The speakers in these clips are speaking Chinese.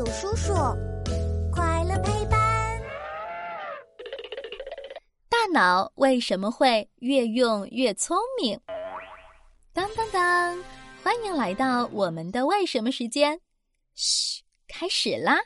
鼠叔叔，快乐陪伴。 大脑为什么会越用越聪明？当当当，欢迎来到我们的为什么时间。嘘，开始啦！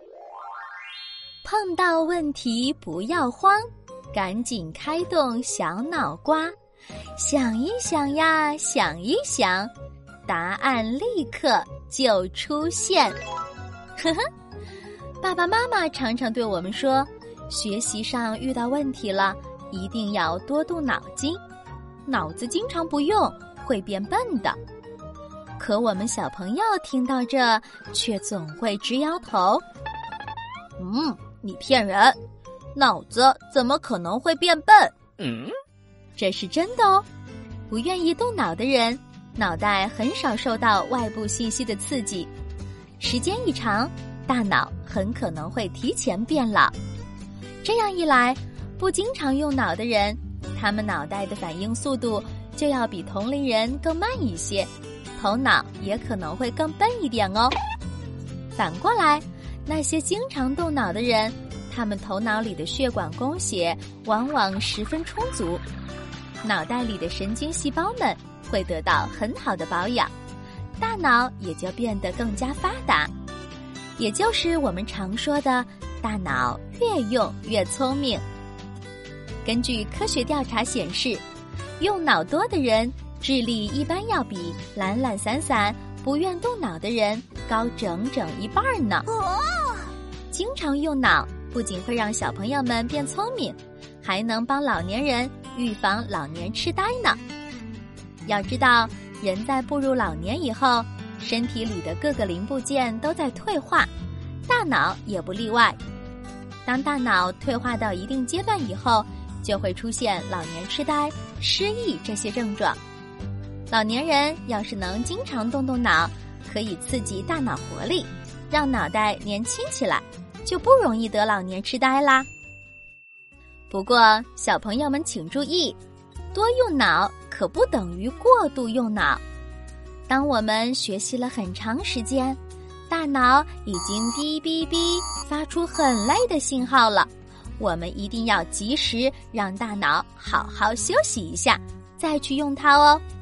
碰到问题不要慌，赶紧开动小脑瓜，想一想呀，想一想，答案立刻就出现。呵呵，爸爸妈妈常常对我们说，学习上遇到问题了，一定要多动脑筋，脑子经常不用会变笨的。可我们小朋友听到这，却总会直摇头。你骗人，脑子怎么可能会变笨？这是真的哦。不愿意动脑的人，脑袋很少受到外部信息的刺激，时间一长，大脑很可能会提前变老。这样一来，不经常用脑的人，他们脑袋的反应速度就要比同龄人更慢一些，头脑也可能会更笨一点哦。反过来，那些经常动脑的人，他们头脑里的血管供血往往十分充足，脑袋里的神经细胞们会得到很好的保养，大脑也就变得更加发达，也就是我们常说的大脑越用越聪明。根据科学调查显示，用脑多的人智力一般要比懒懒散散不愿动脑的人高整整一半呢。经常用脑不仅会让小朋友们变聪明，还能帮老年人预防老年痴呆呢。要知道，人在步入老年以后，身体里的各个零部件都在退化，大脑也不例外。当大脑退化到一定阶段以后，就会出现老年痴呆、失忆这些症状。老年人要是能经常动动脑，可以刺激大脑活力，让脑袋年轻起来，就不容易得老年痴呆啦。不过小朋友们请注意，多用脑可不等于过度用脑。当我们学习了很长时间，大脑已经哔哔哔发出很累的信号了，我们一定要及时让大脑好好休息一下，再去用它哦。